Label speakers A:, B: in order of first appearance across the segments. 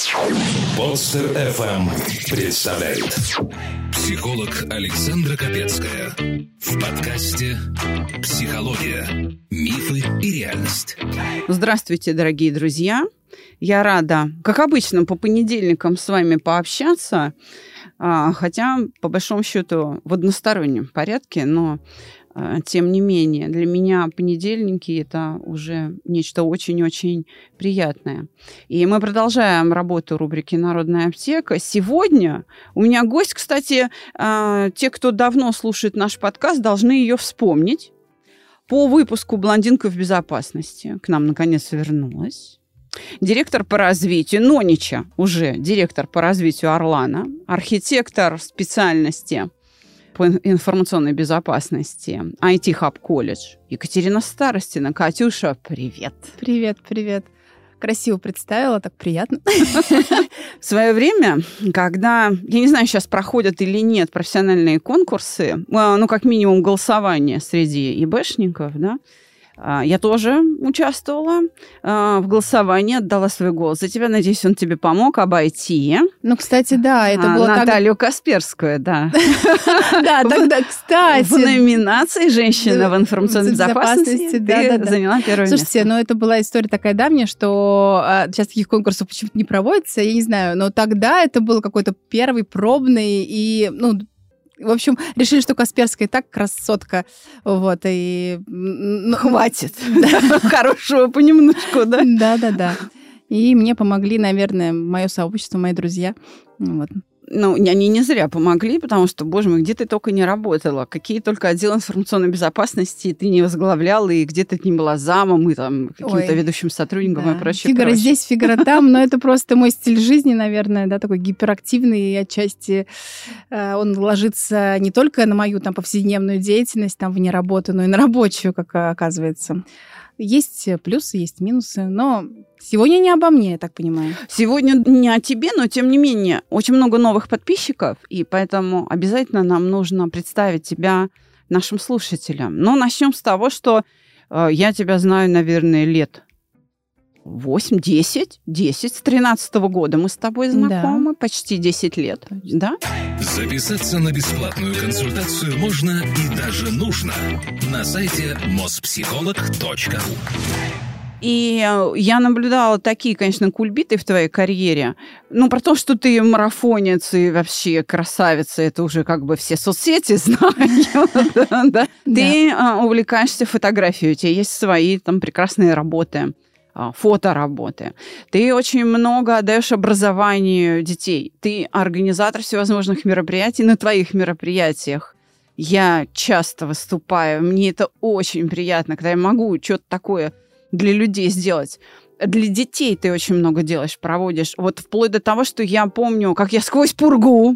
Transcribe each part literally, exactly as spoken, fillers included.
A: Подстер эф эм представляет
B: психолог Александра Капецкая в подкасте «Психология. Мифы и реальность».
C: Здравствуйте, дорогие друзья. Я рада, как обычно, по понедельникам с вами пообщаться, хотя, по большому счету, в одностороннем порядке, но тем не менее, для меня понедельники – это уже нечто очень-очень приятное. И мы продолжаем работу рубрики «Народная аптека». Сегодня у меня гость, кстати, те, кто давно слушает наш подкаст, должны ее вспомнить. По выпуску «Блондинка в безопасности» к нам наконец вернулась. Директор по развитию, Нонича уже директор по развитию Орлана, архитектор специальности по информационной безопасности ай ти Hub колледж Екатерина Старостина. Катюша, привет.
D: Привет, привет. Красиво представила, так приятно.
C: В свое время, когда, я не знаю, сейчас проходят или нет профессиональные конкурсы, ну, как минимум, голосование среди ИБшников, да, я тоже участвовала в голосовании, отдала свой голос за тебя. Надеюсь, он тебе помог обойти.
D: Ну, кстати, да, это было
C: Наталью Касперскую, да.
D: Да, тогда, кстати.
C: В номинации «Женщина в информационной безопасности» ты заняла первое место.
D: Слушайте, ну, это была история такая давняя, что сейчас таких конкурсов почему-то не проводится, я не знаю, но тогда это был какой-то первый пробный и, ну, в общем, решили, что Касперская и так красотка. Вот, и...
C: Хватит. Хорошего понемножку, да?
D: Да-да-да. И мне помогли, наверное, мое сообщество, мои друзья. Вот.
C: Ну, они не зря помогли, потому что, боже мой, где ты только не работала, какие только отделы информационной безопасности ты не возглавляла, и где ты не была замом, и там каким-то Ой, ведущим сотрудником да. и прочее.
D: Фигара
C: прочее.
D: здесь, фигара там, но это просто мой стиль жизни, наверное, да, такой гиперактивный, и отчасти э, он ложится не только на мою там повседневную деятельность, там, вне работы, но и на рабочую, как оказывается. Есть плюсы, есть минусы, но сегодня не обо мне, я так понимаю.
C: Сегодня не о тебе, но тем не менее очень много новых подписчиков, и поэтому обязательно нам нужно представить тебя нашим слушателям. Но начнем с того, что э, я тебя знаю, наверное, лет восемь, десять, десять, с тринадцатого года мы с тобой знакомы, да. Почти десять лет, да?
B: Записаться на бесплатную консультацию можно и даже нужно на сайте моспсихолог точка ру.
C: И я наблюдала такие, конечно, кульбиты в твоей карьере. Ну, про то, что ты марафонец и вообще красавица, это уже как бы все соцсети знают. Ты увлекаешься фотографией, у тебя есть свои там прекрасные работы. Фотоработы. Ты очень много отдаешь образованию детей. Ты организатор всевозможных мероприятий. На твоих мероприятиях я часто выступаю. Мне это очень приятно, когда я могу что-то такое для людей сделать. Для детей ты очень много делаешь, проводишь. Вот вплоть до того, что я помню, как я сквозь пургу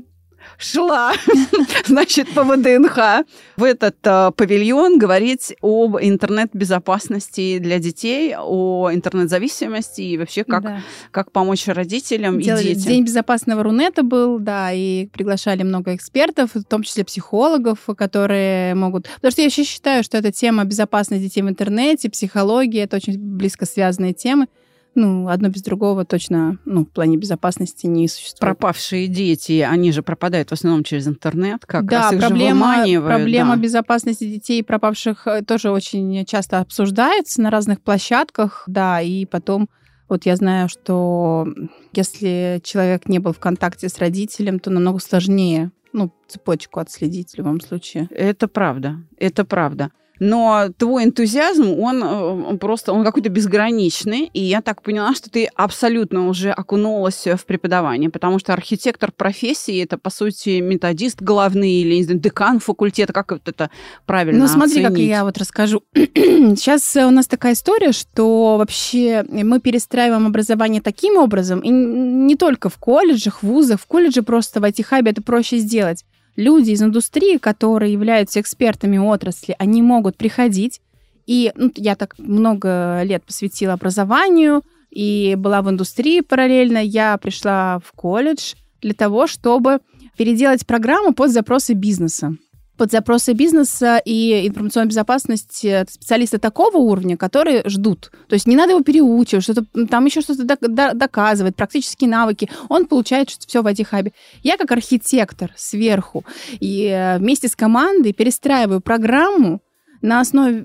C: шла, значит, по ВДНХ в этот э, павильон говорить об интернет-безопасности для детей, о интернет-зависимости и вообще как, да. как помочь родителям
D: Делали
C: и детям.
D: День безопасного Рунета был, да, и приглашали много экспертов, в том числе психологов, которые могут... Потому что я еще считаю, что эта тема безопасности детей в интернете, психология, это очень близко связанные темы. Ну, одно без другого точно, ну, в плане безопасности не существует.
C: Пропавшие дети, они же пропадают в основном через интернет, как
D: да,
C: раз их
D: проблема,
C: же выманивают.
D: проблема
C: да.
D: безопасности детей пропавших тоже очень часто обсуждается на разных площадках, да, и потом вот я знаю, что если человек не был в контакте с родителем, то намного сложнее, ну, цепочку отследить в любом случае.
C: Это правда, это правда. Но твой энтузиазм, он, он просто, он какой-то безграничный, и я так поняла, что ты абсолютно уже окунулась в преподавание, потому что архитектор профессии – это, по сути, методист главный или, не знаю, декан факультета, как вот это правильно оценить?
D: Ну, смотри, как я вот расскажу. Сейчас у нас такая история, что вообще мы перестраиваем образование таким образом, и не только в колледжах, в вузах, в колледже просто в ай ти-хабе это проще сделать. Люди из индустрии, которые являются экспертами отрасли, они могут приходить. И ну, я так много лет посвятила образованию и была в индустрии параллельно. Я пришла в колледж для того, чтобы переделать программу под запросы бизнеса. под запросы бизнеса и информационной безопасности специалисты такого уровня, которые ждут. То есть не надо его переучивать, что-то, там еще что-то доказывать, практические навыки. Он получает все в ай ти-хабе. Я как архитектор сверху и вместе с командой перестраиваю программу на основе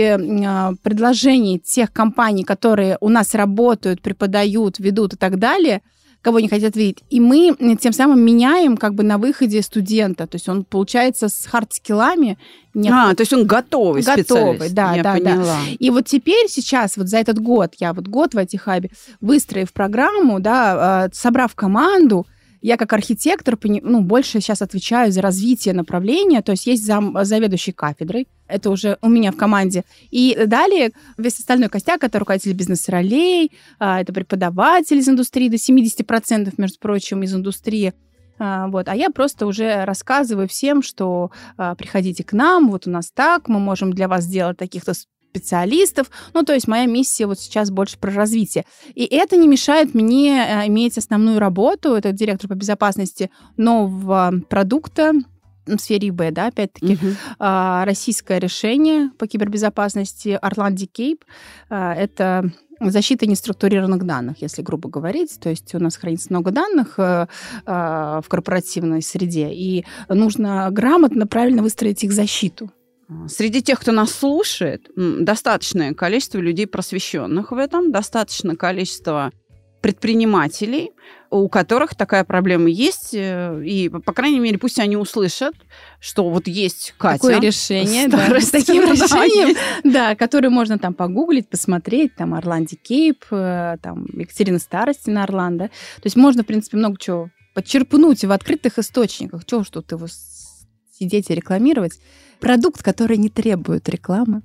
D: предложений тех компаний, которые у нас работают, преподают, ведут и так далее, кого не хотят видеть. И мы тем самым меняем как бы на выходе студента. То есть он, получается, с хард-скиллами.
C: Нет, а, то есть он готовый, готовый специалист.
D: Да,
C: я
D: да,
C: поняла.
D: да. И вот теперь, сейчас, вот за этот год, я вот год в ай ти-хабе, выстроив программу, да, собрав команду, я как архитектор, ну, больше сейчас отвечаю за развитие направления, то есть есть зам, заведующий кафедрой, это уже у меня в команде. И далее весь остальной костяк, это руководитель бизнес-ролей, это преподаватель из индустрии, до семьдесят процентов, между прочим, из индустрии. Вот. А я просто уже рассказываю всем, что приходите к нам, вот у нас так, мы можем для вас сделать таких-то специалистов. Ну, то есть моя миссия вот сейчас больше про развитие. И это не мешает мне иметь основную работу, это директор по безопасности нового продукта в сфере и бэ, да, опять-таки, uh-huh. российское решение по кибербезопасности Atlantic Cape. Это защита неструктурированных данных, если грубо говорить. То есть у нас хранится много данных в корпоративной среде, и нужно грамотно, правильно выстроить их защиту.
C: Среди тех, кто нас слушает, достаточное количество людей, просвещенных в этом, достаточное количество предпринимателей, у которых такая проблема есть, и, по крайней мере, пусть они услышат, что вот есть Катя.
D: Такое решение, да, с таким решением, да, которое можно там погуглить, посмотреть, там, Atlantic Cape, там, Екатерина Старостина, Орлан, да. То есть можно, в принципе, много чего подчерпнуть в открытых источниках. Чего ж тут его сидеть и рекламировать? Продукт, который не требует рекламы.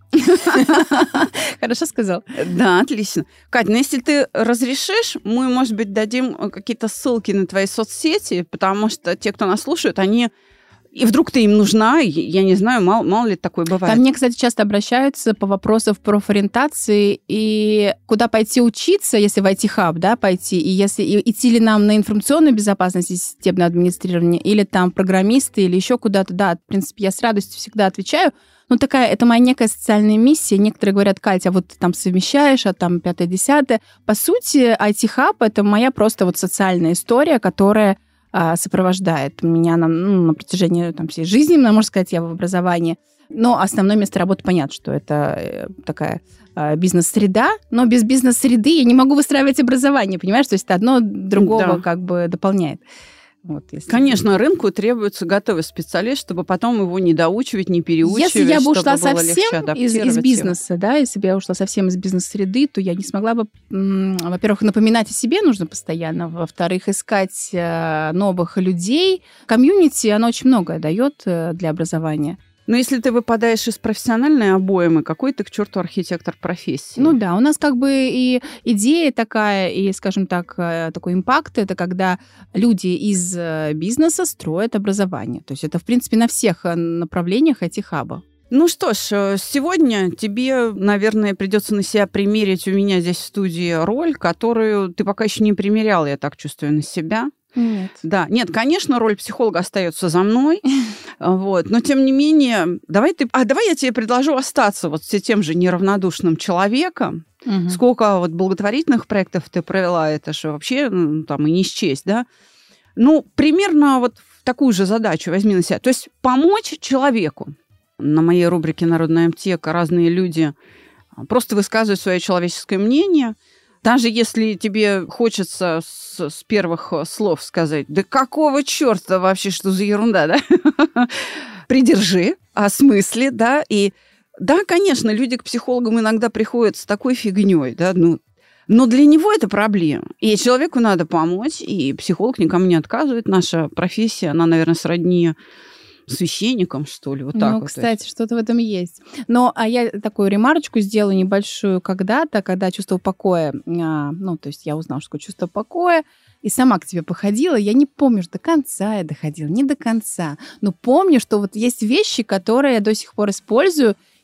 D: Хорошо сказал?
C: Да, отлично. Кать, ну если ты разрешишь, мы, может быть, дадим какие-то ссылки на твои соцсети, потому что те, кто нас слушают, они... И вдруг ты им нужна, я не знаю, мало, мало ли такое бывает.
D: Ко мне, кстати, часто обращаются по вопросам профориентации и куда пойти учиться, если в ай ти-хаб, да, пойти, и если и идти ли нам на информационную безопасность и системное администрирование, или там программисты, или еще куда-то. Да, в принципе, я с радостью всегда отвечаю. Ну, такая, это моя некая социальная миссия. Некоторые говорят: Катя, вот ты там совмещаешь, а там пятое-десятое. По сути, ай ти-хаб — это моя просто вот социальная история, которая сопровождает меня на, ну, на протяжении там, всей жизни, можно сказать, я в образовании. Но основное место работы, понятно, что это такая бизнес-среда, но без бизнес-среды я не могу выстраивать образование, понимаешь? То есть это одно другого да. как бы дополняет. Вот, если
C: Конечно, вы... рынку требуется готовый специалист, чтобы потом его не доучивать, не переучивать.
D: Если я бы ушла совсем из, из бизнеса, да, если бы я ушла совсем из бизнес-среды, то я не смогла бы, м- во-первых, напоминать о себе нужно постоянно, во-вторых, искать э, новых людей. Комьюнити, оно очень многое дает э, для образования.
C: Но если ты выпадаешь из профессиональной обоймы, какой ты к черту архитектор профессии?
D: Ну да, у нас как бы и идея такая, и, скажем так, такой импакт, это когда люди из бизнеса строят образование. То есть это, в принципе, на всех направлениях ай ти-хаба.
C: Ну что ж, сегодня тебе, наверное, придется на себя примерить у меня здесь в студии роль, которую ты пока еще не примеряла, я так чувствую, на себя.
D: Нет.
C: Да, нет, конечно, роль психолога остается за мной, вот, но тем не менее, давай ты, а давай я тебе предложу остаться вот с тем же неравнодушным человеком. Угу. Сколько вот благотворительных проектов ты провела, это же вообще ну, там и не счесть, да? Ну, примерно вот такую же задачу возьми на себя, то есть помочь человеку. На моей рубрике «Народная аптека» разные люди просто высказывают свое человеческое мнение. Даже если тебе хочется с, с первых слов сказать: да какого черта вообще, что за ерунда, да? Придержи, осмысли, да, и да, конечно, люди к психологам иногда приходят с такой фигней, да, ну, но для него это проблема. И человеку надо помочь, и психолог никому не отказывает. Наша профессия, она, наверное, сродни священником, что ли, вот так
D: ну,
C: вот.
D: Кстати, что-то в этом есть. Но а я такую ремарочку сделаю небольшую когда-то, когда чувство покоя, а, ну, то есть я узнала, что такое чувство покоя, и сама к тебе походила. Я не помню, что до конца я доходила, не до конца. Но помню, что вот есть вещи, которые я до сих пор использую,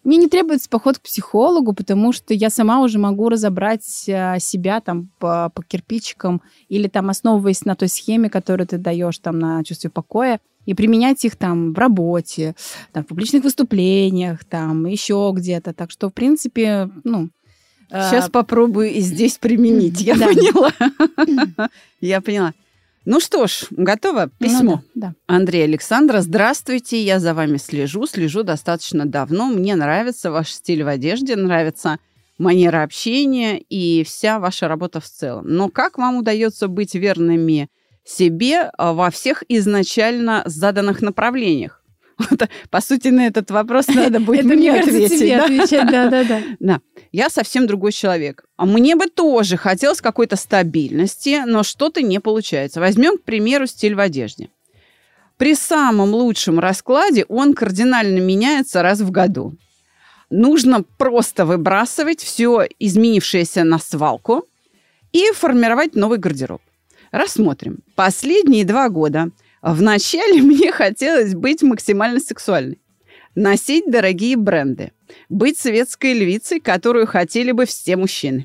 D: Мне не требуется поход к психологу, потому что я сама уже могу разобрать себя там по, по кирпичикам или там основываясь на той схеме, которую ты даешь там на чувстве покоя, и применять их там в работе, там, в публичных выступлениях, там еще где-то. Так что, в принципе, ну...
C: Сейчас э... попробую и здесь применить. Я
D: да.
C: поняла. Я поняла. Ну что ж, готово? Письмо.
D: Ну, да, да.
C: Андрей Александра, здравствуйте. Я за вами слежу, слежу достаточно давно. Мне нравится ваш стиль в одежде, нравится манера общения и вся ваша работа в целом. Но как вам удается быть верными себе во всех изначально заданных направлениях? По сути, на этот вопрос надо будет мне ответить.
D: отвечать, да-да-да.
C: Да. Я совсем другой человек. А мне бы тоже хотелось какой-то стабильности, но что-то не получается. Возьмем, к примеру, стиль в одежде. При самом лучшем раскладе он кардинально меняется раз в году. Нужно просто выбрасывать все изменившееся на свалку и формировать новый гардероб. Рассмотрим. Последние два года вначале мне хотелось быть максимально сексуальной. Носить дорогие бренды. Быть светской львицей, которую хотели бы все мужчины.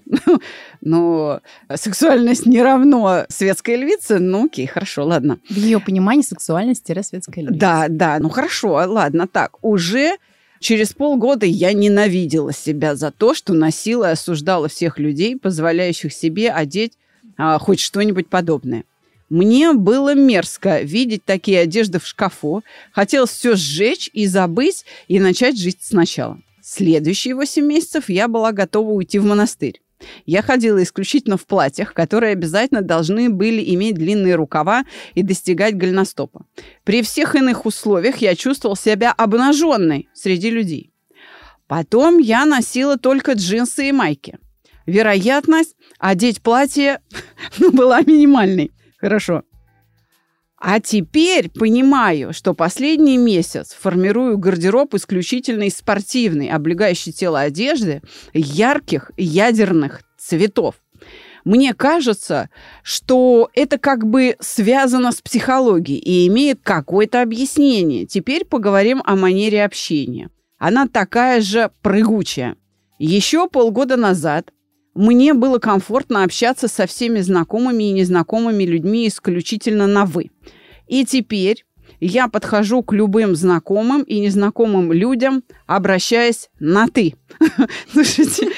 C: Но сексуальность не равно светской львице. Ну, окей, хорошо, ладно.
D: В ее понимании сексуальность – светская львица.
C: Да, да, ну хорошо, ладно, так. Уже через полгода я ненавидела себя за то, что носила и осуждала всех людей, позволяющих себе одеть а, хоть что-нибудь подобное. Мне было мерзко видеть такие одежды в шкафу. Хотелось все сжечь и забыть, и начать жить сначала. Следующие восемь месяцев я была готова уйти в монастырь. Я ходила исключительно в платьях, которые обязательно должны были иметь длинные рукава и достигать голеностопа. При всех иных условиях я чувствовала себя обнаженной среди людей. Потом я носила только джинсы и майки. Вероятность одеть платье была минимальной. Хорошо. А теперь понимаю, что последний месяц формирую гардероб исключительно из спортивной, облегающей тело одежды, ярких ядерных цветов. Мне кажется, что это как бы связано с психологией и имеет какое-то объяснение. Теперь поговорим о манере общения. Она такая же прыгучая. Еще полгода назад мне было комфортно общаться со всеми знакомыми и незнакомыми людьми исключительно на «вы». И теперь я подхожу к любым знакомым и незнакомым людям, обращаясь на «ты». Слушайте,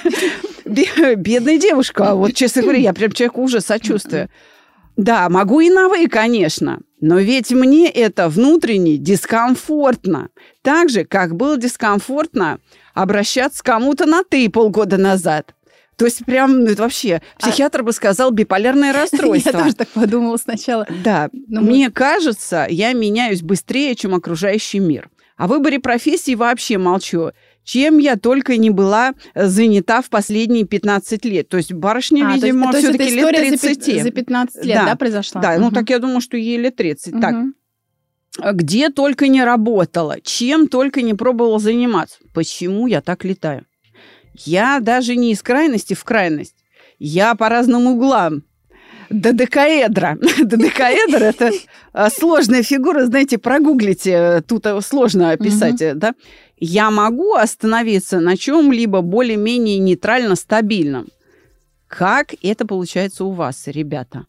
C: бедная девушка, вот, честно говоря, я прям человеку уже сочувствую. Да, могу и на «вы», конечно, но ведь мне это внутренне дискомфортно. Так же, как было дискомфортно обращаться к кому-то на «ты» полгода назад. То есть прям, ну это вообще, психиатр а... бы сказал, биполярное расстройство.
D: Я тоже так подумала сначала.
C: Да, но мне мы... кажется, я меняюсь быстрее, чем окружающий мир. О выборе профессии вообще молчу. Чем я только не была занята в последние пятнадцать лет. То есть барышня, а, видимо,
D: то есть,
C: все-таки лет тридцать.
D: За пятнадцать лет, да, да произошла?
C: Да, угу. Ну так я думаю, что ей лет тридцать. Угу. Так, где только не работала, чем только не пробовала заниматься. Почему я так летаю? Я даже не из крайности в крайность. Я по разным углам. Додекаэдра. Додекаэдр – это сложная фигура, знаете, прогуглите, тут сложно описать. Uh-huh. Да? Я могу остановиться на чем-либо более-менее нейтрально-стабильном. Как это получается у вас, ребята?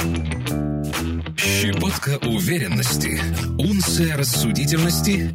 B: Щепотка уверенности, унция рассудительности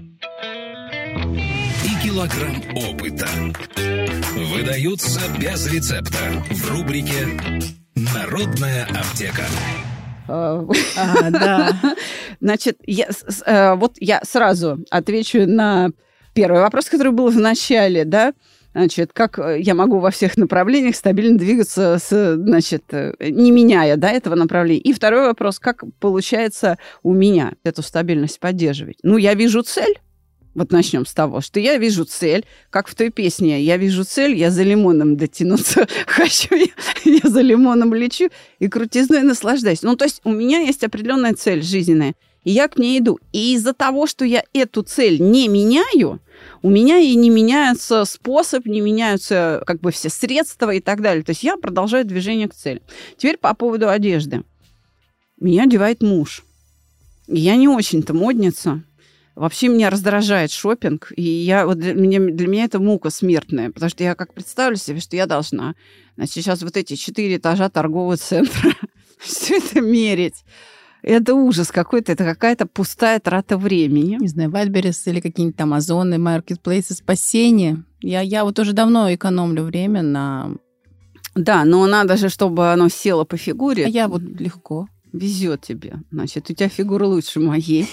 B: и килограмм опыта выдаются без рецепта в рубрике «Народная аптека».
C: А, да. Значит, я, вот я сразу отвечу на первый вопрос, который был в начале, да? Значит, как я могу во всех направлениях стабильно двигаться, с, значит, не меняя, да, этого направления. И второй вопрос, как получается у меня эту стабильность поддерживать? Ну, я вижу цель. Вот начнем с того, что я вижу цель, как в той песне «Я вижу цель, я за лимоном дотянуться хочу, я, я за лимоном лечу и крутизной наслаждаюсь». Ну, то есть у меня есть определенная цель жизненная, и я к ней иду. И из-за того, что я эту цель не меняю, у меня и не меняется способ, не меняются как бы все средства и так далее. То есть я продолжаю движение к цели. Теперь по поводу одежды. Меня одевает муж. Я не очень-то модница. Вообще меня раздражает шопинг, и я, вот для, меня, для меня это мука смертная, потому что я как представлю себе, что я должна, значит, сейчас вот эти четыре этажа торгового центра, все это мерить. Это ужас какой-то, это какая-то пустая трата времени.
D: Не знаю, Вайлдберрис или какие-нибудь там Озоны, маркетплейсы, спасение. Я, я вот уже давно экономлю время на...
C: Да, но надо же, чтобы оно село по фигуре.
D: А я вот легко.
C: Везет тебе. Значит, у тебя фигура лучше моей.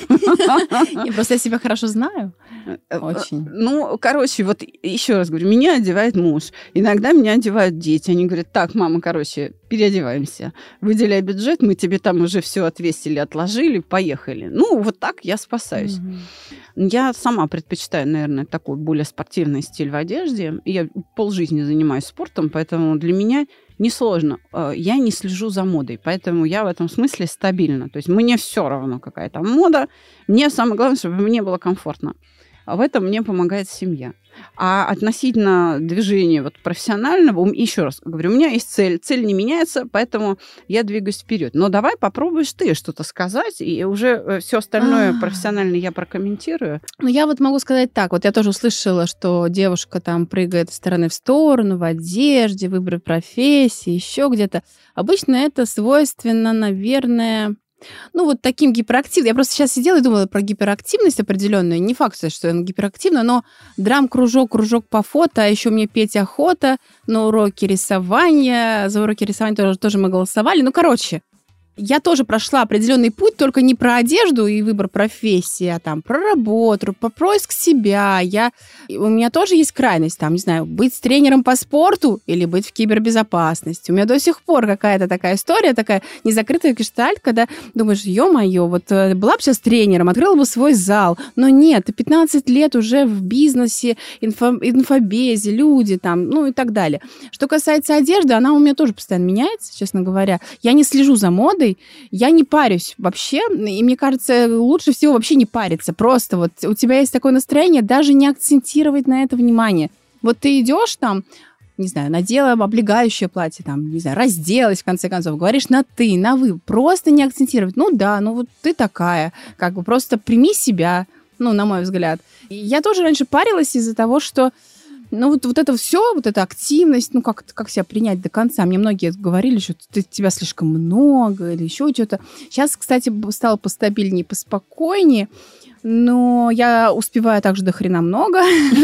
D: Я просто себя хорошо знаю. Очень.
C: Ну, короче, вот еще раз говорю, меня одевает муж. Иногда меня одевают дети. Они говорят, так, мама, короче, переодеваемся. Выделяй бюджет, мы тебе там уже все отвесили, отложили, поехали. Ну, вот так я спасаюсь. Mm-hmm. Я сама предпочитаю, наверное, такой более спортивный стиль в одежде. Я полжизни занимаюсь спортом, поэтому для меня несложно. Я не слежу за модой, поэтому я в этом смысле стабильна. То есть мне все равно, какая там мода. Мне самое главное, чтобы мне было комфортно. А в этом мне помогает семья. А относительно движения вот профессионального, еще раз говорю, у меня есть цель. Цель не меняется, поэтому я двигаюсь вперед. Но давай попробуешь ты что-то сказать, и уже все остальное профессионально я прокомментирую.
D: Ну, я вот могу сказать так. Вот я тоже услышала, что девушка там прыгает из стороны в сторону, в одежде, выбор профессии, еще где-то. Обычно это свойственно, наверное... Ну, вот таким гиперактивным. Я просто сейчас сидела и думала про гиперактивность определенную. Не факт, что она гиперактивна, но драм-кружок, кружок по фото, а еще мне петь охота на уроки рисования. За уроки рисования тоже, тоже мы голосовали. Ну, короче, я тоже прошла определенный путь, только не про одежду и выбор профессии, а там про работу, про поиск себя. Я... У меня тоже есть крайность, там, не знаю, быть тренером по спорту или быть в кибербезопасности. У меня до сих пор какая-то такая история, такая незакрытая гештальт, когда думаешь, ё-моё, вот была бы сейчас тренером, открыла бы свой зал. Но нет, ты пятнадцать лет уже в бизнесе, инфо... инфобезе, люди там, ну и так далее. Что касается одежды, она у меня тоже постоянно меняется, честно говоря. Я не слежу за модой, я не парюсь вообще, и мне кажется, лучше всего вообще не париться. Просто вот у тебя есть такое настроение, даже не акцентировать на это внимание. Вот ты идешь там, не знаю, надела облегающее платье, там, не знаю, разделась, в конце концов, говоришь на «ты», на «вы», просто не акцентировать. Ну да, ну вот ты такая, как бы просто прими себя, ну, на мой взгляд. И я тоже раньше парилась из-за того, что ну, вот, вот это все, вот эта активность, ну, как, как себя принять до конца. Мне многие говорили, что ты, тебя слишком много или еще что-то. Сейчас, кстати, стало постабильнее, поспокойнее, но я успеваю также до хрена много.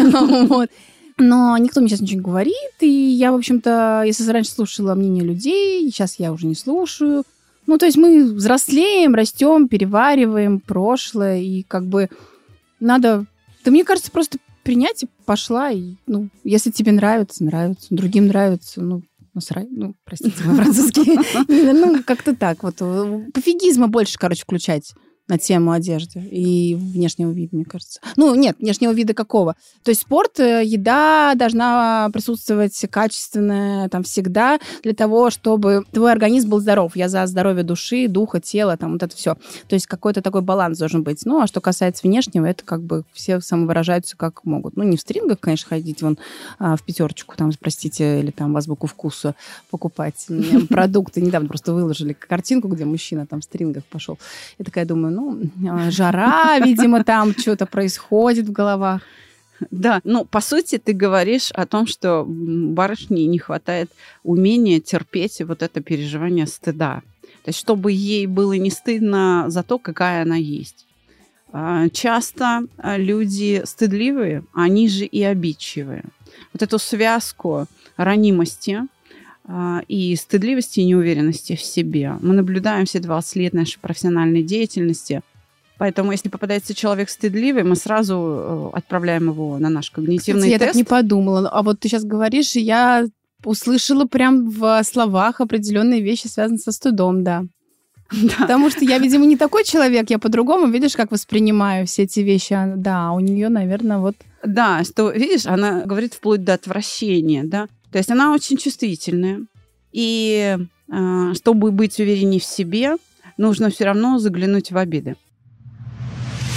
D: Но никто мне сейчас ничего не говорит, и я, в общем-то, если раньше слушала мнение людей, сейчас я уже не слушаю. Ну, то есть мы взрослеем, растем, перевариваем прошлое, и как бы надо... Да мне кажется, просто принять и пошла. И, ну, если тебе нравится, нравится. Другим нравится, ну, насрать. Ну, простите, мой французский. Ну, как-то так. Вот пофигизма больше, короче, включать на тему одежды и внешнего вида, мне кажется. Ну, нет, внешнего вида какого? То есть спорт, еда должна присутствовать качественная там всегда для того, чтобы твой организм был здоров. Я за здоровье души, духа, тела, там вот это все. То есть какой-то такой баланс должен быть. Ну, а что касается внешнего, это как бы все самовыражаются как могут. Ну, не в стрингах, конечно, ходить вон в пятерочку, там, простите, или там в Азбуку вкуса покупать продукты. Недавно просто выложили картинку, где мужчина там в стрингах пошел. Я такая думаю, ну, жара, видимо, там что-то происходит в головах.
C: Да, ну, по сути, ты говоришь о том, что барышне не хватает умения терпеть вот это переживание стыда. То есть, чтобы ей было не стыдно за то, какая она есть. Часто люди стыдливые, они же и обидчивые. Вот эту связку ранимости и стыдливости и неуверенности в себе мы наблюдаем все двадцать лет нашей профессиональной деятельности. Поэтому, если попадается человек стыдливый, мы сразу отправляем его на наш когнитивный
D: Кстати,
C: тест.
D: Я так не подумала. А вот ты сейчас говоришь, и я услышала прям в словах определенные вещи, связанные со стыдом, да. Да. Потому что я, видимо, не такой человек, я по-другому, видишь, как воспринимаю все эти вещи. Да, у нее, наверное, вот...
C: Да, что, видишь, она говорит вплоть до отвращения, да. То есть она очень чувствительная. И э, чтобы быть увереннее в себе, нужно все равно заглянуть в обиды.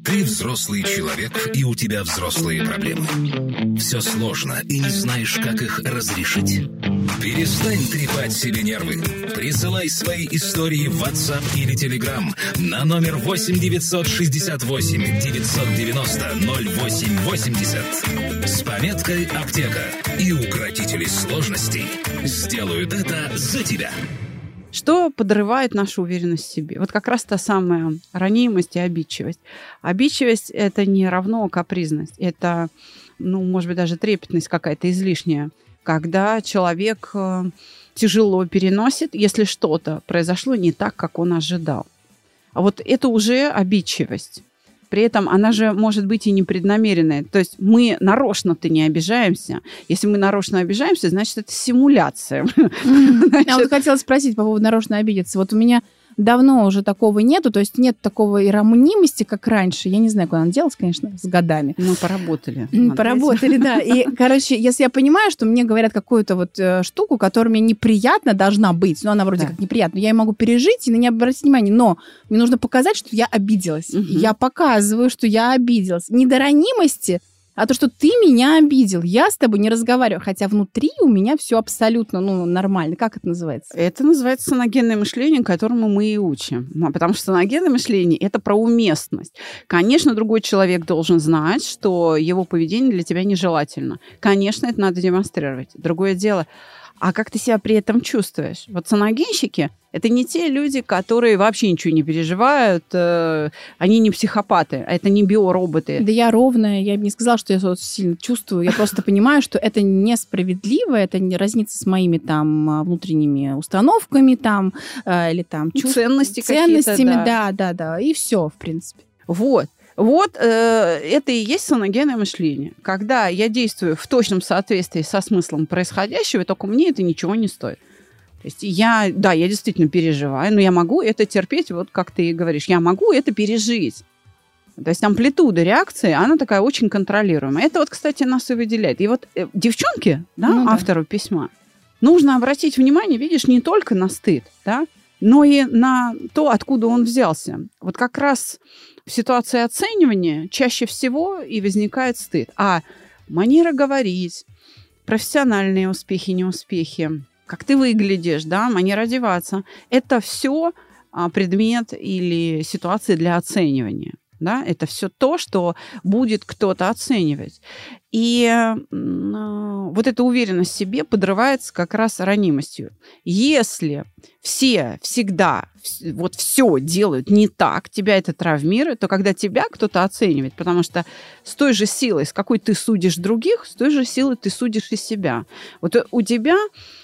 B: Ты взрослый человек, и у тебя взрослые проблемы. Все сложно, и не знаешь, как их разрешить? Перестань трепать себе нервы. Присылай свои истории в WhatsApp или Telegram на номер восемь девятьсот шестьдесят восемь девятьсот девяносто ноль восемь восемьдесят с пометкой «Аптека». И укротители сложностей сделают это за тебя.
C: Что подрывает нашу уверенность в себе? Вот как раз та самая ранимость и обидчивость. Обидчивость – это не равно капризность. Это, ну, может быть, даже трепетность какая-то излишняя. Когда человек тяжело переносит, если что-то произошло не так, как он ожидал. А вот это уже обидчивость. При этом она же может быть и непреднамеренная. То есть мы нарочно-то не обижаемся. Если мы нарочно обижаемся, значит, это симуляция.
D: Mm-hmm. Значит... А вот хотела спросить по поводу нарочно обидеться. Вот у меня давно уже такого нету, то есть нет такого и ранимости, как раньше. Я не знаю, куда она делась, конечно, с годами.
C: Мы поработали.
D: Поработали, да. И, короче, если я понимаю, что мне говорят какую-то вот э, штуку, которая мне неприятно должна быть, ну, она вроде да. как неприятна, я ее могу пережить и на нее обратить внимание, но мне нужно показать, что я обиделась. Угу. Я показываю, что я обиделась. Не до ранимости, а то, что ты меня обидел, я с тобой не разговариваю, хотя внутри у меня все абсолютно, ну, нормально. Как это называется?
C: Это называется саногенное мышление, которому мы и учим. Потому что саногенное мышление – это про уместность. Конечно, другой человек должен знать, что его поведение для тебя нежелательно. Конечно, это надо демонстрировать. Другое дело, а как ты себя при этом чувствуешь? Вот саногенщики – это не те люди, которые вообще ничего не переживают, э, они не психопаты, а это не биороботы.
D: Да я ровная, я бы не сказала, что я сильно чувствую, я просто понимаю, что это несправедливо, это не разнится с моими там внутренними установками там, э, или там чувств...
C: Ценности
D: ценностями,
C: какие-то,
D: да, да, да, и все, в принципе.
C: Вот. Вот э, это и есть саногенное мышление. Когда я действую в точном соответствии со смыслом происходящего, только мне это ничего не стоит. То есть я, да, я действительно переживаю, но я могу это терпеть, вот как ты и говоришь, я могу это пережить. То есть амплитуда реакции, она такая очень контролируемая. Это вот, кстати, нас и выделяет. И вот э, девчонке, да, ну, автору да. письма, нужно обратить внимание, видишь, не только на стыд, да, но и на то, откуда он взялся. Вот как раз в ситуации оценивания чаще всего и возникает стыд. А манера говорить, профессиональные успехи, неуспехи, как ты выглядишь, да, манера одеваться, это все предмет или ситуация для оценивания. Да? Это все то, что будет кто-то оценивать. И э, вот эта уверенность в себе подрывается как раз ранимостью. Если все всегда вот все делают не так, тебя это травмирует, то когда тебя кто-то оценивает, потому что с той же силой, с какой ты судишь других, с той же силой ты судишь и себя. Вот у тебя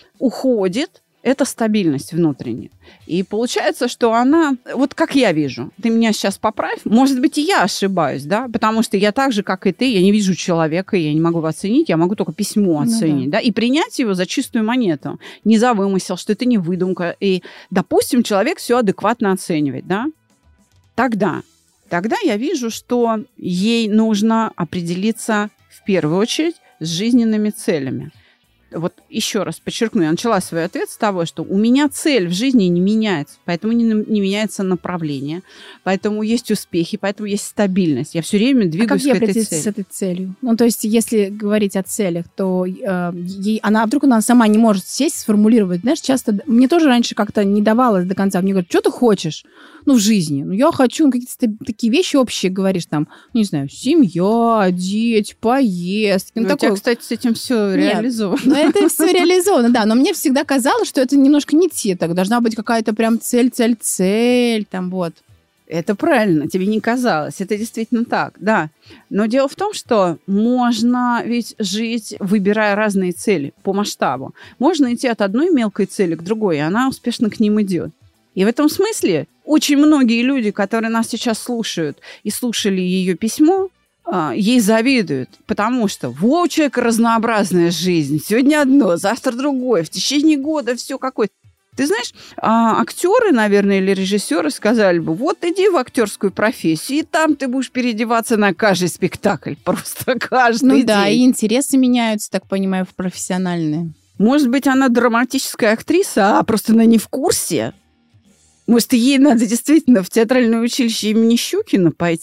C: уходит это стабильность внутренняя. И получается, что она, вот как я вижу, ты меня сейчас поправь, может быть, и я ошибаюсь, да, потому что я так же, как и ты, я не вижу человека, я не могу его оценить, я могу только письмо оценить, ну, да. да, и принять его за чистую монету, не за вымысел, что это не выдумка. И, допустим, человек все адекватно оценивает, да, тогда, тогда я вижу, что ей нужно определиться в первую очередь с жизненными целями. Вот еще раз подчеркну, я начала свой ответ с того, что у меня цель в жизни не меняется, поэтому не, не меняется направление, поэтому есть успехи, поэтому есть стабильность. Я все время двигаюсь
D: а
C: к этой цели.
D: А как ей определиться с этой целью? Ну, то есть, если говорить о целях, то э, ей, она, а вдруг она сама не может сесть, сформулировать. Знаешь, часто... Мне тоже раньше как-то не давалось до конца. Мне говорят, что ты хочешь? Ну, в жизни. Ну, я хочу ну, какие-то такие вещи общие, говоришь, там, не знаю, семья, дети, поездки. Ну,
C: ну,
D: такое...
C: У тебя, кстати, с этим все реализовано.
D: Это все реализовано, да, но мне всегда казалось, что это немножко не те, так должна быть какая-то прям цель, цель, цель, там вот.
C: Это правильно, тебе не казалось, это действительно так, да. Но дело в том, что можно ведь жить, выбирая разные цели по масштабу. Можно идти от одной мелкой цели к другой, и она успешно к ним идет. И в этом смысле очень многие люди, которые нас сейчас слушают и слушали ее письмо, ей завидуют, потому что во, у человека разнообразная жизнь. Сегодня одно, завтра другое, в течение года все какое-то. Ты знаешь, актеры, наверное, или режиссеры сказали бы, вот иди в актерскую профессию, и там ты будешь переодеваться на каждый спектакль, просто каждый
D: ну,
C: день.
D: Ну да, и интересы меняются, так понимаю, в профессиональные.
C: Может быть, она драматическая актриса, а просто она не в курсе. Может, ей надо действительно в театральное училище имени Щукина пойти.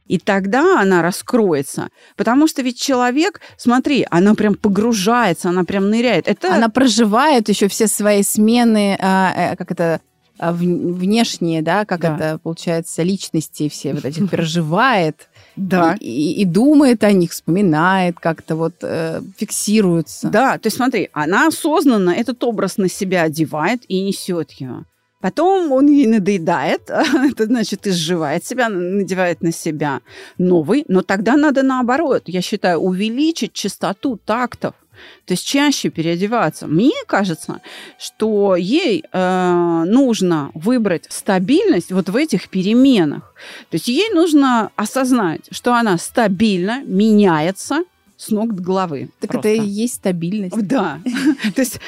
C: И тогда она раскроется. Потому что ведь человек, смотри, она прям погружается, она прям ныряет. Это...
D: Она проживает еще все свои смены, а, как это, а, внешние, да, как да. это, получается, личности все вот эти проживает.
C: Да.
D: И, и, и думает о них, вспоминает, как-то вот э, фиксируется.
C: Да, то есть смотри, она осознанно этот образ на себя одевает и несет его. Потом он ей надоедает, это значит, изживает себя, надевает на себя новый. Но тогда надо наоборот, я считаю, увеличить частоту тактов. То есть чаще переодеваться. Мне кажется, что ей э, нужно выбрать стабильность вот в этих переменах. То есть ей нужно осознать, что она стабильно меняется с ног до головы.
D: Так
C: просто.
D: Это и есть стабильность.
C: Да. То есть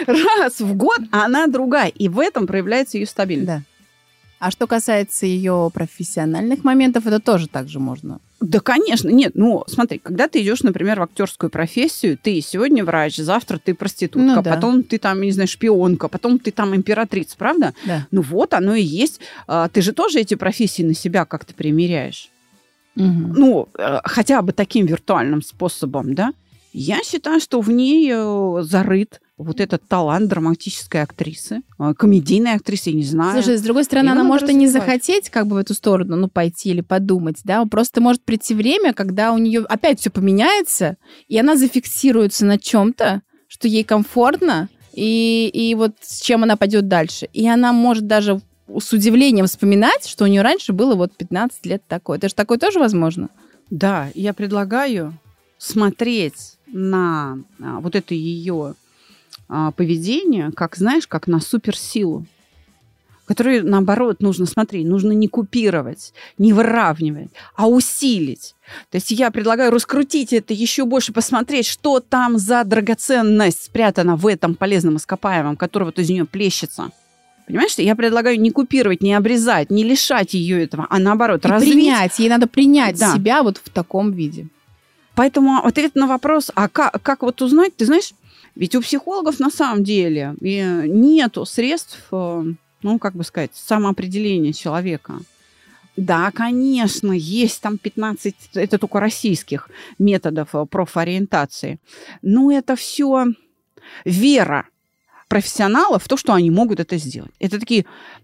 C: раз в год она другая, и в этом проявляется ее стабильность.
D: Да. А что касается ее профессиональных моментов, это тоже так же можно.
C: Да, конечно. Нет, ну, смотри, когда ты идешь, например, в актерскую профессию, ты сегодня врач, завтра ты проститутка,
D: ну, да.
C: потом ты там, не знаю, шпионка, потом ты там императрица, правда?
D: Да.
C: Ну вот, оно и есть. Ты же тоже эти профессии на себя как-то примеряешь.
D: Угу.
C: Ну, хотя бы таким виртуальным способом, да? Я считаю, что в ней зарыт вот этот талант драматической актрисы, комедийной актрисы, я не знаю.
D: Слушай, с другой стороны, она может и не захотеть как бы в эту сторону, ну, пойти или подумать, да, просто может прийти время, когда у нее опять все поменяется, и она зафиксируется на чем-то, что ей комфортно, и, и вот с чем она пойдет дальше. И она может даже с удивлением вспоминать, что у нее раньше было вот пятнадцать лет такое. Это же такое тоже возможно?
C: Да, я предлагаю смотреть на а, вот это ее а, поведение, как, знаешь, как на суперсилу, которую, наоборот, нужно смотреть, нужно не купировать, не выравнивать, а усилить. То есть я предлагаю раскрутить это еще больше, посмотреть, что там за драгоценность спрятана в этом полезном ископаемом, который вот из нее плещется. Понимаешь, я предлагаю не купировать, не обрезать, не лишать ее этого, а наоборот,
D: и
C: развить.
D: Принять, ей надо принять
C: да.
D: себя вот в таком виде.
C: Поэтому ответ на вопрос, а как, как вот узнать, ты знаешь, ведь у психологов на самом деле нету средств, ну, как бы сказать, самоопределения человека. Да, конечно, есть там пятнадцать, это только российских методов профориентации, но это все вера профессионалов в то, что они могут это сделать. Это такие,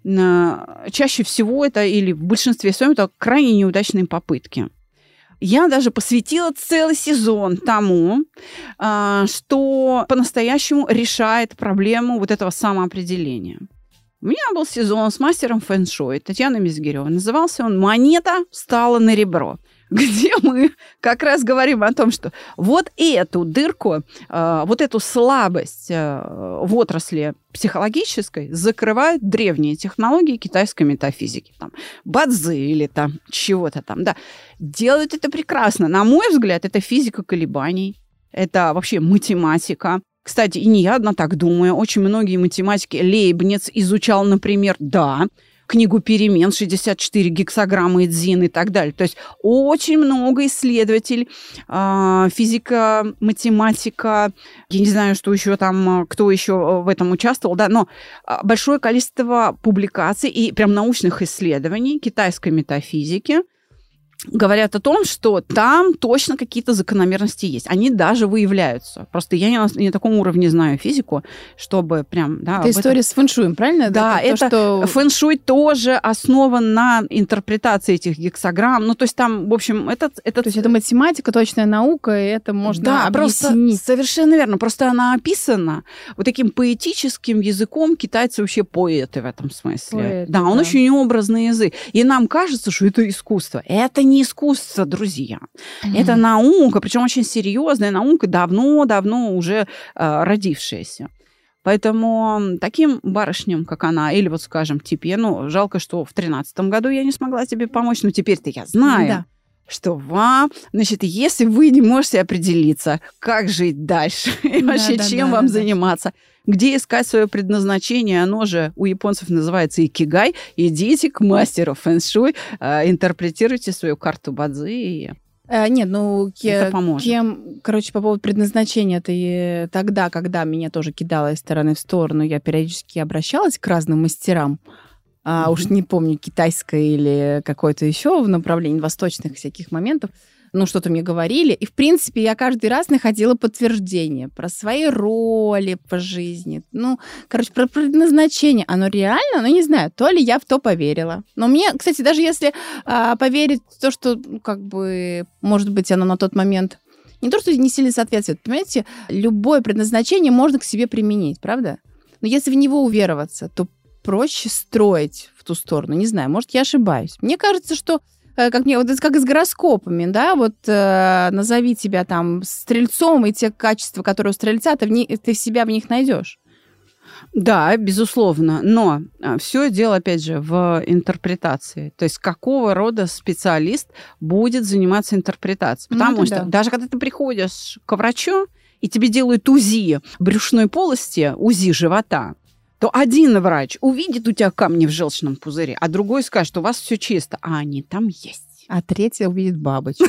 C: чаще всего это, или в большинстве своем, это крайне неудачные попытки. Я даже посвятила целый сезон тому, что по-настоящему решает проблему вот этого самоопределения. У меня был сезон с мастером фэн-шуй Татьяной Мизгиревой. Назывался он «Монета встала на ребро», где мы как раз говорим о том, что вот эту дырку, вот эту слабость в отрасли психологической закрывают древние технологии китайской метафизики. Там, бадзи или там чего-то там. Да. Делают это прекрасно. На мой взгляд, это физика колебаний, это вообще математика. Кстати, и не я одна так думаю. Очень многие математики. Лейбниц изучал, например, да, книгу «Перемен», шестьдесят четыре гексаграммы Эдзин и так далее. То есть очень много исследователей, физика, математика, я не знаю, что еще там, кто еще в этом участвовал, да, но большое количество публикаций и прям научных исследований китайской метафизики говорят о том, что там точно какие-то закономерности есть. Они даже выявляются. Просто я не на, не на таком уровне знаю физику, чтобы прям... Да,
D: это история этом... с фэн-шуем, правильно?
C: Да, это, это то, что... фэн-шуй тоже основан на интерпретации этих гексаграмм. Ну, то есть там, в общем, это... это...
D: То есть это математика, точная наука, и это можно
C: да,
D: объяснить.
C: Просто, совершенно верно. Просто она описана вот таким поэтическим языком. Китайцы вообще поэты в этом смысле. Поэты, да, он да. очень образный язык. И нам кажется, что это искусство. Это не искусство, друзья. Mm-hmm. Это наука, причем очень серьезная наука, давно-давно уже э, родившаяся. Поэтому таким барышням, как она, или вот, скажем, тебе, ну, жалко, что в тринадцатом году я не смогла тебе помочь, но теперь-то я знаю, да. что вам, значит, если вы не можете определиться, как жить дальше, и да, вообще, да, чем да, вам да, заниматься, где искать свое предназначение, оно же у японцев называется икигай, идите к мастеру фэн-шуй, э, интерпретируйте свою карту бадзи и...
D: А, нет, ну,
C: это поможет.
D: Кем, короче, по поводу предназначения, это и тогда, когда меня тоже кидало из стороны в сторону, я периодически обращалась к разным мастерам, а, mm-hmm. уж не помню, китайское или какое-то еще в направлении восточных всяких моментов. Ну, что-то мне говорили. И, в принципе, я каждый раз находила подтверждение про свои роли по жизни. Ну, короче, про предназначение. Оно реально? Ну, не знаю, то ли я в то поверила. Но мне, кстати, даже если а, поверить в то, что, ну, как бы, может быть, оно на тот момент не то, что не сильно соответствует. Понимаете, любое предназначение можно к себе применить, правда? Но если в него увероваться, то проще строить в ту сторону. Не знаю, может, я ошибаюсь. Мне кажется, что как мне вот это как и с гороскопами, да, вот э, назови тебя там стрельцом, и те качества, которые у стрельца, ты, в ни, ты себя в них найдешь.
C: Да, безусловно, но все дело, опять же, в интерпретации. То есть какого рода специалист будет заниматься интерпретацией. Потому ну, что да. даже когда ты приходишь к врачу, и тебе делают УЗИ брюшной полости, УЗИ живота, то один врач увидит у тебя камни в желчном пузыре, а другой скажет, что у вас все чисто, а они там есть.
D: А третий увидит бабочку.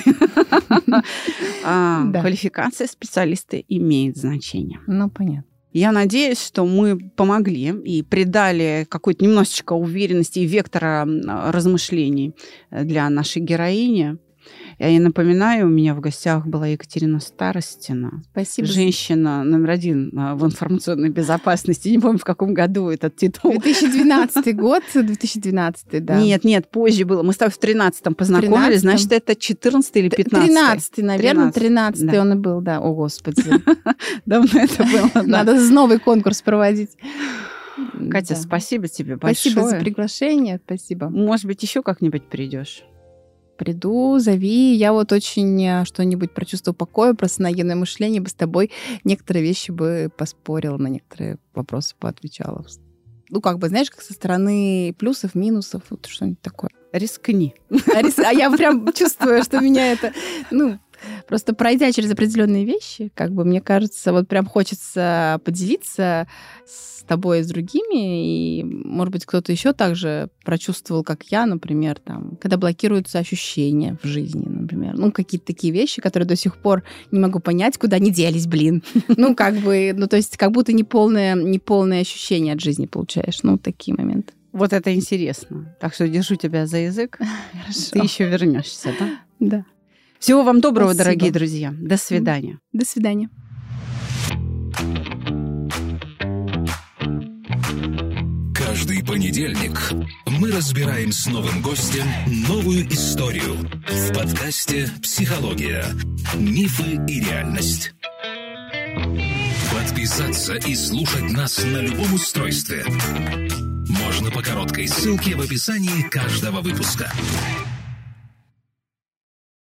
C: Квалификация специалиста имеет значение.
D: Ну, понятно.
C: Я надеюсь, что мы помогли и придали какой-то немножечко уверенности и вектора размышлений для нашей героини. Я напоминаю, у меня в гостях была Екатерина Старостина.
D: Спасибо.
C: Женщина номер один в информационной безопасности. Не помню, в каком году этот титул.
D: две тысячи двенадцатый год, две тысячи двенадцатый, да.
C: Нет, нет, позже было. Мы с тобой в тринадцатом познакомились, значит, это четырнатый или пятнадцатый?
D: тринадцатый, наверное, тринадцатый да. он и был, да. О, Господи.
C: Давно это было.
D: Надо новый конкурс проводить.
C: Катя, да. спасибо тебе большое.
D: Спасибо за приглашение, спасибо.
C: Может быть, еще как-нибудь придешь?
D: Приду, зови. Я вот очень что-нибудь про чувство покоя, про саногенное мышление бы с тобой некоторые вещи бы поспорила, на некоторые вопросы поотвечала. Ну, как бы, знаешь, как со стороны плюсов, минусов, вот что-нибудь такое.
C: Рискни.
D: А, рис... а я прям чувствую, что меня это... Ну, просто пройдя через определенные вещи, как бы, мне кажется, вот прям хочется поделиться с тобой и с другими, и, может быть, кто-то еще также прочувствовал, как я, например, там, когда блокируются ощущения в жизни, например. Ну, какие-то такие вещи, которые до сих пор не могу понять, куда они делись, блин. Ну, как бы, ну, то есть, как будто неполное, неполное ощущение от жизни получаешь. Ну, такие моменты.
C: Вот это интересно. Так что держу тебя за язык.
D: Хорошо.
C: Ты еще вернешься, да?
D: Да.
C: Всего вам доброго,
D: Спасибо.
C: Дорогие друзья. До свидания.
D: До свидания.
B: Каждый понедельник мы разбираем с новым гостем новую историю в подкасте «Психология. Мифы и реальность». Подписаться и слушать нас на любом устройстве можно по короткой ссылке в описании каждого выпуска.